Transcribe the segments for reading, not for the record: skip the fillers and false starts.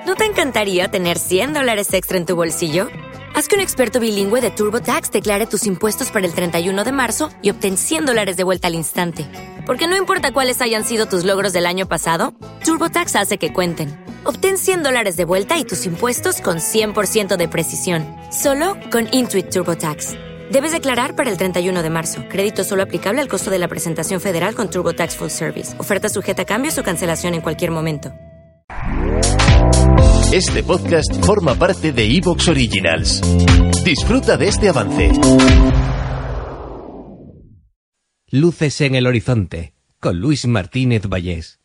¿No te encantaría tener $100 extra en tu bolsillo? Haz que un experto bilingüe de TurboTax declare tus impuestos para el 31 de marzo y obtén $100 de vuelta al instante. Porque no importa cuáles hayan sido tus logros del año pasado, TurboTax hace que cuenten. Obtén $100 de vuelta y tus impuestos con 100% de precisión. Solo con Intuit TurboTax. Debes declarar para el 31 de marzo. Crédito solo aplicable al costo de la presentación federal con TurboTax Full Service. Oferta sujeta a cambios o cancelación en cualquier momento. Este podcast forma parte de iVoox Originals. Disfruta de este avance. Luces en el horizonte, con Luis Martínez Vallés.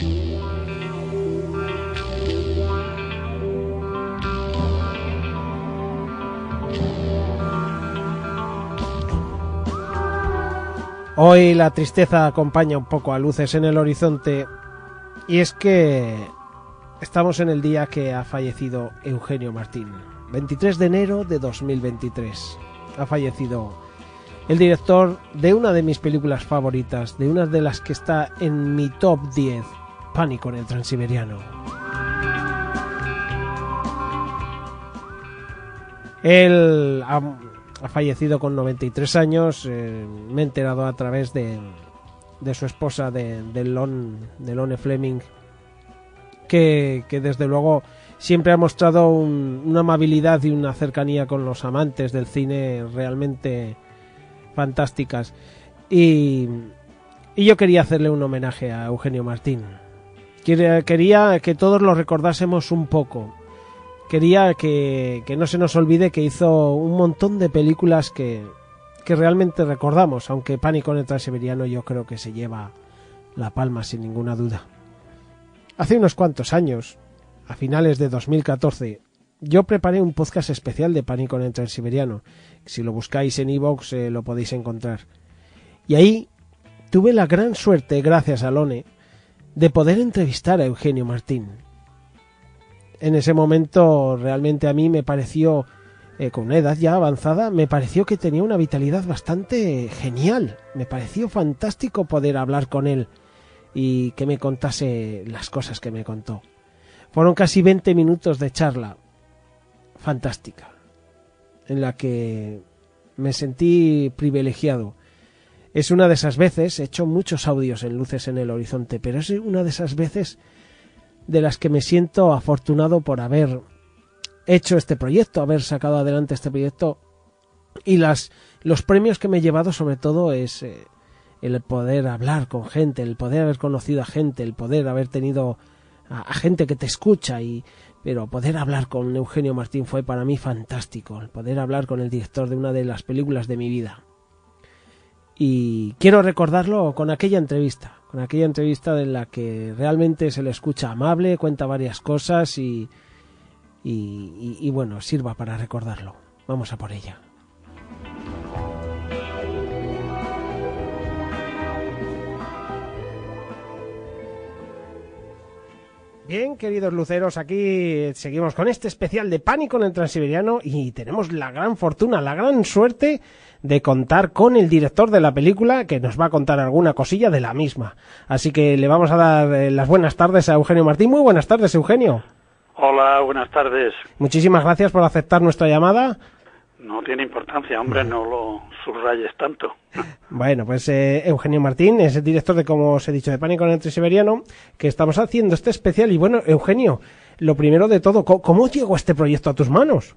Hoy la tristeza acompaña un poco a Luces en el horizonte, y es que estamos en el día que ha fallecido Eugenio Martín. 23 de enero de 2023 ha fallecido el director de una de mis películas favoritas, de una de las que está en mi top 10, Pánico en el Transiberiano. Él ha fallecido con 93 años. Me he enterado a través de su esposa, de Lone Fleming, que desde luego siempre ha mostrado una amabilidad y una cercanía con los amantes del cine realmente fantásticas. Y yo quería hacerle un homenaje a Eugenio Martín. Quería que todos lo recordásemos un poco. Quería que no se nos olvide que hizo un montón de películas que realmente recordamos, aunque Pánico en el Transiberiano yo creo que se lleva la palma sin ninguna duda. Hace unos cuantos años, a finales de 2014, yo preparé un podcast especial de Pánico en el Transiberiano. Si lo buscáis en iVoox lo podéis encontrar. Y ahí tuve la gran suerte, gracias a Lone, de poder entrevistar a Eugenio Martín. En ese momento realmente a mí me pareció, con una edad ya avanzada, me pareció que tenía una vitalidad bastante genial. Me pareció fantástico poder hablar con él y que me contase las cosas que me contó. Fueron casi 20 minutos de charla fantástica, en la que me sentí privilegiado. Es una de esas veces, he hecho muchos audios en Luces en el Horizonte, pero es una de esas veces de las que me siento afortunado por haber hecho este proyecto, haber sacado adelante este proyecto, y los premios que me he llevado sobre todo es el poder hablar con gente, el poder haber conocido a gente, el poder haber tenido a gente que te escucha, pero poder hablar con Eugenio Martín fue para mí fantástico, el poder hablar con el director de una de las películas de mi vida. Y quiero recordarlo con aquella entrevista en la que realmente se le escucha amable, cuenta varias cosas y bueno, sirva para recordarlo. Vamos a por ella. Bien, queridos luceros, aquí seguimos con este especial de Pánico en el Transiberiano y tenemos la gran fortuna, la gran suerte de contar con el director de la película, que nos va a contar alguna cosilla de la misma. Así que le vamos a dar las buenas tardes a Eugenio Martín. Muy buenas tardes, Eugenio. Hola, buenas tardes. Muchísimas gracias por aceptar nuestra llamada. No tiene importancia, hombre, no lo subrayes tanto. Bueno, pues Eugenio Martín es el director de, como os he dicho, de Pánico en el Transiberiano, que estamos haciendo este especial. Y bueno, Eugenio, lo primero de todo, ¿cómo llegó este proyecto a tus manos?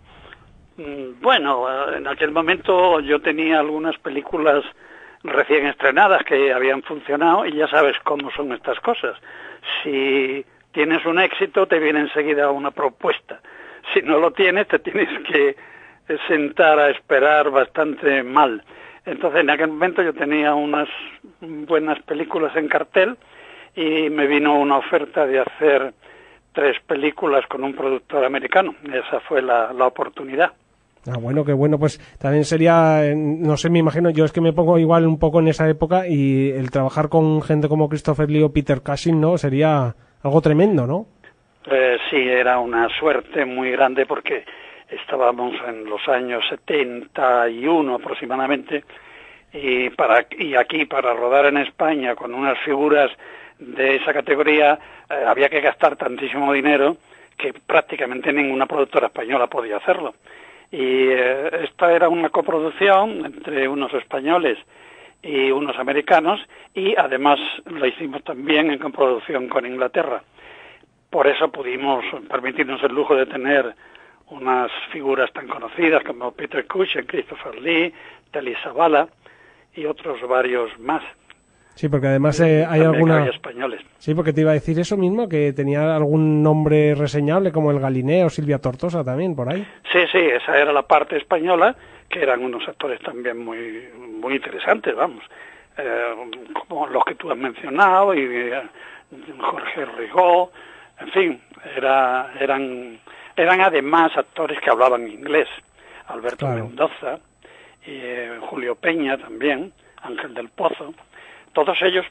Bueno, en aquel momento yo tenía algunas películas recién estrenadas que habían funcionado y ya sabes cómo son estas cosas. Si tienes un éxito, te viene enseguida una propuesta. Si no lo tienes, te tienes que sentar a esperar bastante mal. Entonces, en aquel momento yo tenía unas buenas películas en cartel y me vino una oferta de hacer 3 películas con un productor americano. Esa fue la oportunidad. Ah, bueno, qué bueno, pues también sería, no sé, me imagino, yo es que me pongo igual un poco en esa época y el trabajar con gente como Christopher Lee o Peter Cushing, ¿no? Sería algo tremendo, ¿no? Sí, era una suerte muy grande porque estábamos en los años 71 aproximadamente y aquí para rodar en España con unas figuras de esa categoría había que gastar tantísimo dinero que prácticamente ninguna productora española podía hacerlo. Y esta era una coproducción entre unos españoles y unos americanos, y además lo hicimos también en coproducción con Inglaterra. Por eso pudimos permitirnos el lujo de tener unas figuras tan conocidas como Peter Cushing, Christopher Lee, Telly Savalas y otros varios más. Sí, porque además hay alguna... españoles. Sí, porque te iba a decir eso mismo, que tenía algún nombre reseñable como el Galineo, Silvia Tortosa también, por ahí. Sí, esa era la parte española, que eran unos actores también muy interesantes, vamos. Como los que tú has mencionado, y Jorge Rigaud, en fin, eran además actores que hablaban inglés. Alberto Mendoza, y Julio Peña también, Ángel del Pozo. Todos ellos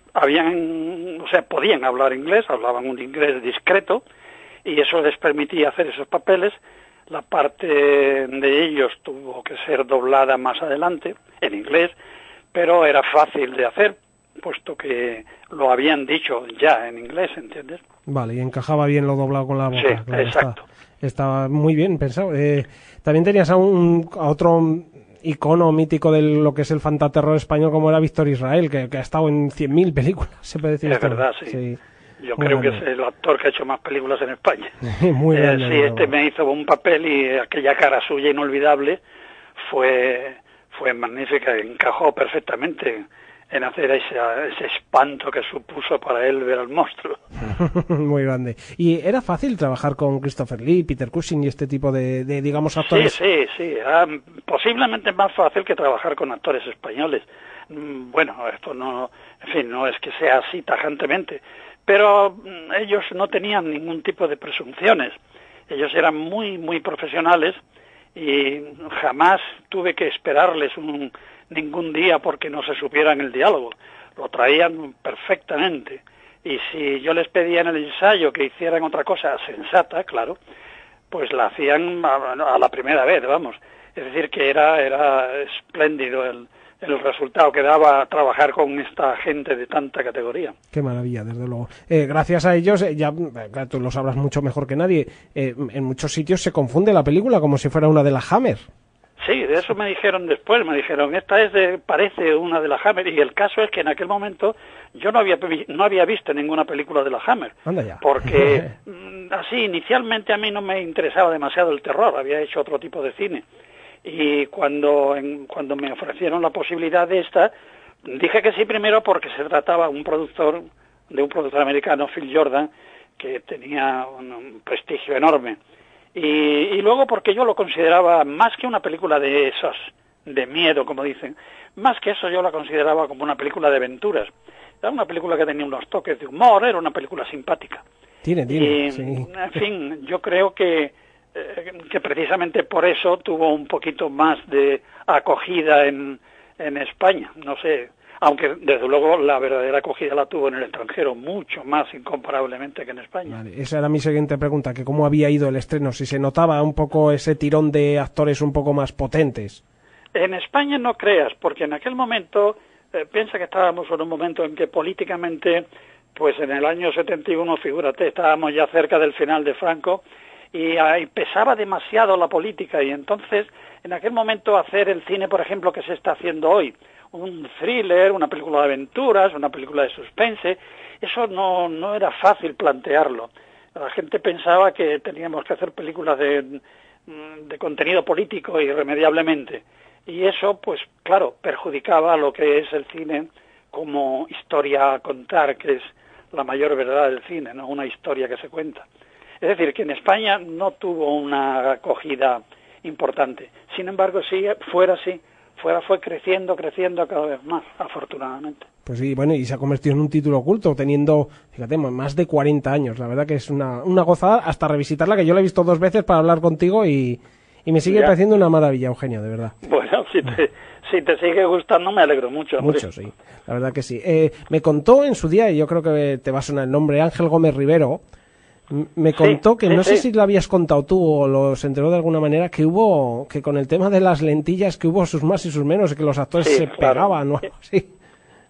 podían hablar inglés, hablaban un inglés discreto, y eso les permitía hacer esos papeles. La parte de ellos tuvo que ser doblada más adelante, en inglés, pero era fácil de hacer, puesto que lo habían dicho ya en inglés, ¿entiendes? Vale, y encajaba bien lo doblado con la boca. Sí, claro, exacto. Estaba muy bien pensado. También tenías a otro icono mítico de lo que es el fantaterror español, como era Víctor Israel, que ha estado en 100.000 películas, se puede decir. Es verdad, sí. Yo creo que es el actor que ha hecho más películas en España. Muy grande, sí, me hizo un papel, y aquella cara suya inolvidable fue magnífica, encajó perfectamente en hacer ese espanto que supuso para él ver al monstruo. Muy grande. ¿Y era fácil trabajar con Christopher Lee, Peter Cushing y este tipo de digamos, actores? Sí. Era posiblemente más fácil que trabajar con actores españoles. Bueno, esto no es que sea así tajantemente, pero ellos no tenían ningún tipo de presunciones. Ellos eran muy profesionales, y jamás tuve que esperarles ningún día porque no se supieran el diálogo. Lo traían perfectamente, y si yo les pedía en el ensayo que hicieran otra cosa sensata, claro, pues la hacían a la primera vez, vamos. Es decir, que era espléndido el resultado que daba trabajar con esta gente de tanta categoría. Qué maravilla, desde luego. Gracias a ellos, tú lo sabrás mucho mejor que nadie, en muchos sitios se confunde la película como si fuera una de la Hammer. Sí, de eso me dijeron después, esta parece una de la Hammer, y el caso es que en aquel momento yo no había visto ninguna película de la Hammer. Anda ya. Porque así inicialmente a mí no me interesaba demasiado el terror, había hecho otro tipo de cine. Y cuando me ofrecieron la posibilidad de esta, dije que sí, primero porque se trataba de un productor americano, Phil Jordan, que tenía un prestigio enorme, y luego porque yo lo consideraba más que una película de esos de miedo, como dicen, más que eso yo la consideraba como una película de aventuras. Era una película que tenía unos toques de humor, era una película simpática. Tiene, y, sí. En fin, yo creo que precisamente por eso tuvo un poquito más de acogida en España, no sé, aunque desde luego la verdadera acogida la tuvo en el extranjero, mucho más incomparablemente que en España. Vale, esa era mi siguiente pregunta, que cómo había ido el estreno, si se notaba un poco ese tirón de actores un poco más potentes. En España no creas, porque en aquel momento, piensa que estábamos en un momento en que políticamente, pues en el año 71, figúrate, estábamos ya cerca del final de Franco, y pesaba demasiado la política, y entonces en aquel momento hacer el cine, por ejemplo, que se está haciendo hoy, un thriller, una película de aventuras, una película de suspense, eso no era fácil plantearlo. La gente pensaba que teníamos que hacer películas de contenido político irremediablemente, y eso, pues claro, perjudicaba lo que es el cine como historia a contar, que es la mayor verdad del cine, no una historia que se cuenta. Es decir, que en España no tuvo una acogida importante. Sin embargo, fuera fue creciendo cada vez más, afortunadamente. Pues sí, bueno, y se ha convertido en un título oculto, teniendo, fíjate, más de 40 años. La verdad que es una gozada hasta revisitarla, que yo la he visto 2 veces para hablar contigo, y me sigue pareciendo una maravilla, Eugenio, de verdad. Bueno, si te sigue gustando, me alegro mucho. Hombre. Mucho, sí, la verdad que sí. Me contó en su día, y yo creo que te va a sonar el nombre, Ángel Gómez Rivero. Me contó que no sé si lo habías contado tú o lo se enteró de alguna manera, que con el tema de las lentillas, que hubo sus más y sus menos, que los actores se pegaban o algo así.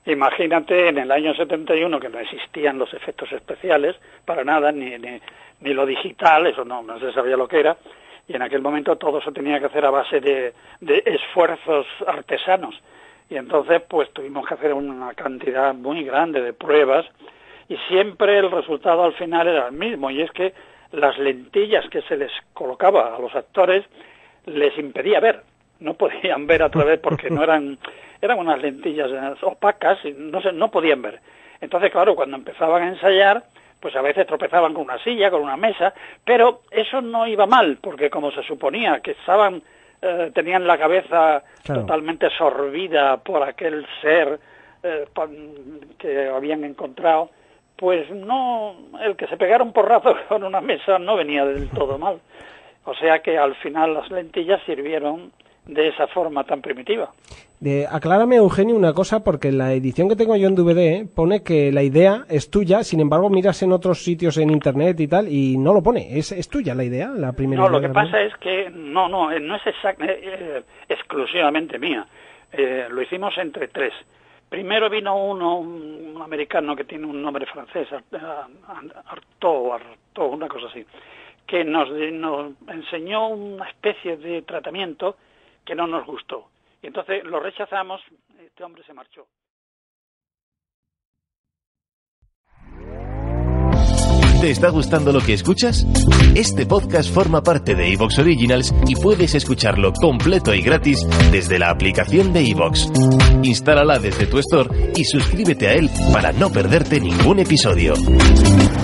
Imagínate en el año 71 que no existían los efectos especiales para nada, ni lo digital, eso no se sabía lo que era, y en aquel momento todo se tenía que hacer a base de esfuerzos artesanos. Y entonces pues tuvimos que hacer una cantidad muy grande de pruebas, y siempre el resultado al final era el mismo, y es que las lentillas que se les colocaba a los actores les impedía ver, no podían ver a través porque no eran unas lentillas opacas y no podían ver. Entonces, claro, cuando empezaban a ensayar, pues a veces tropezaban con una silla, con una mesa, pero eso no iba mal, porque como se suponía que tenían la cabeza totalmente absorbida por aquel ser que habían encontrado, pues no, el que se pegara un porrazo con una mesa no venía del todo mal. O sea que al final las lentillas sirvieron de esa forma tan primitiva. Aclárame, Eugenio, una cosa, porque en la edición que tengo yo en DVD pone que la idea es tuya, sin embargo miras en otros sitios en internet y tal, y no lo pone. ¿Es tuya la idea? La primera idea, lo que pasa es que no es exclusivamente mía. Lo hicimos entre tres. Primero vino un americano que tiene un nombre francés, Artaud, una cosa así, que nos enseñó una especie de tratamiento que no nos gustó. Y entonces lo rechazamos, este hombre se marchó. ¿Te está gustando lo que escuchas? Este podcast forma parte de iVoox Originals y puedes escucharlo completo y gratis desde la aplicación de iVoox. Instálala desde tu store y suscríbete a él para no perderte ningún episodio.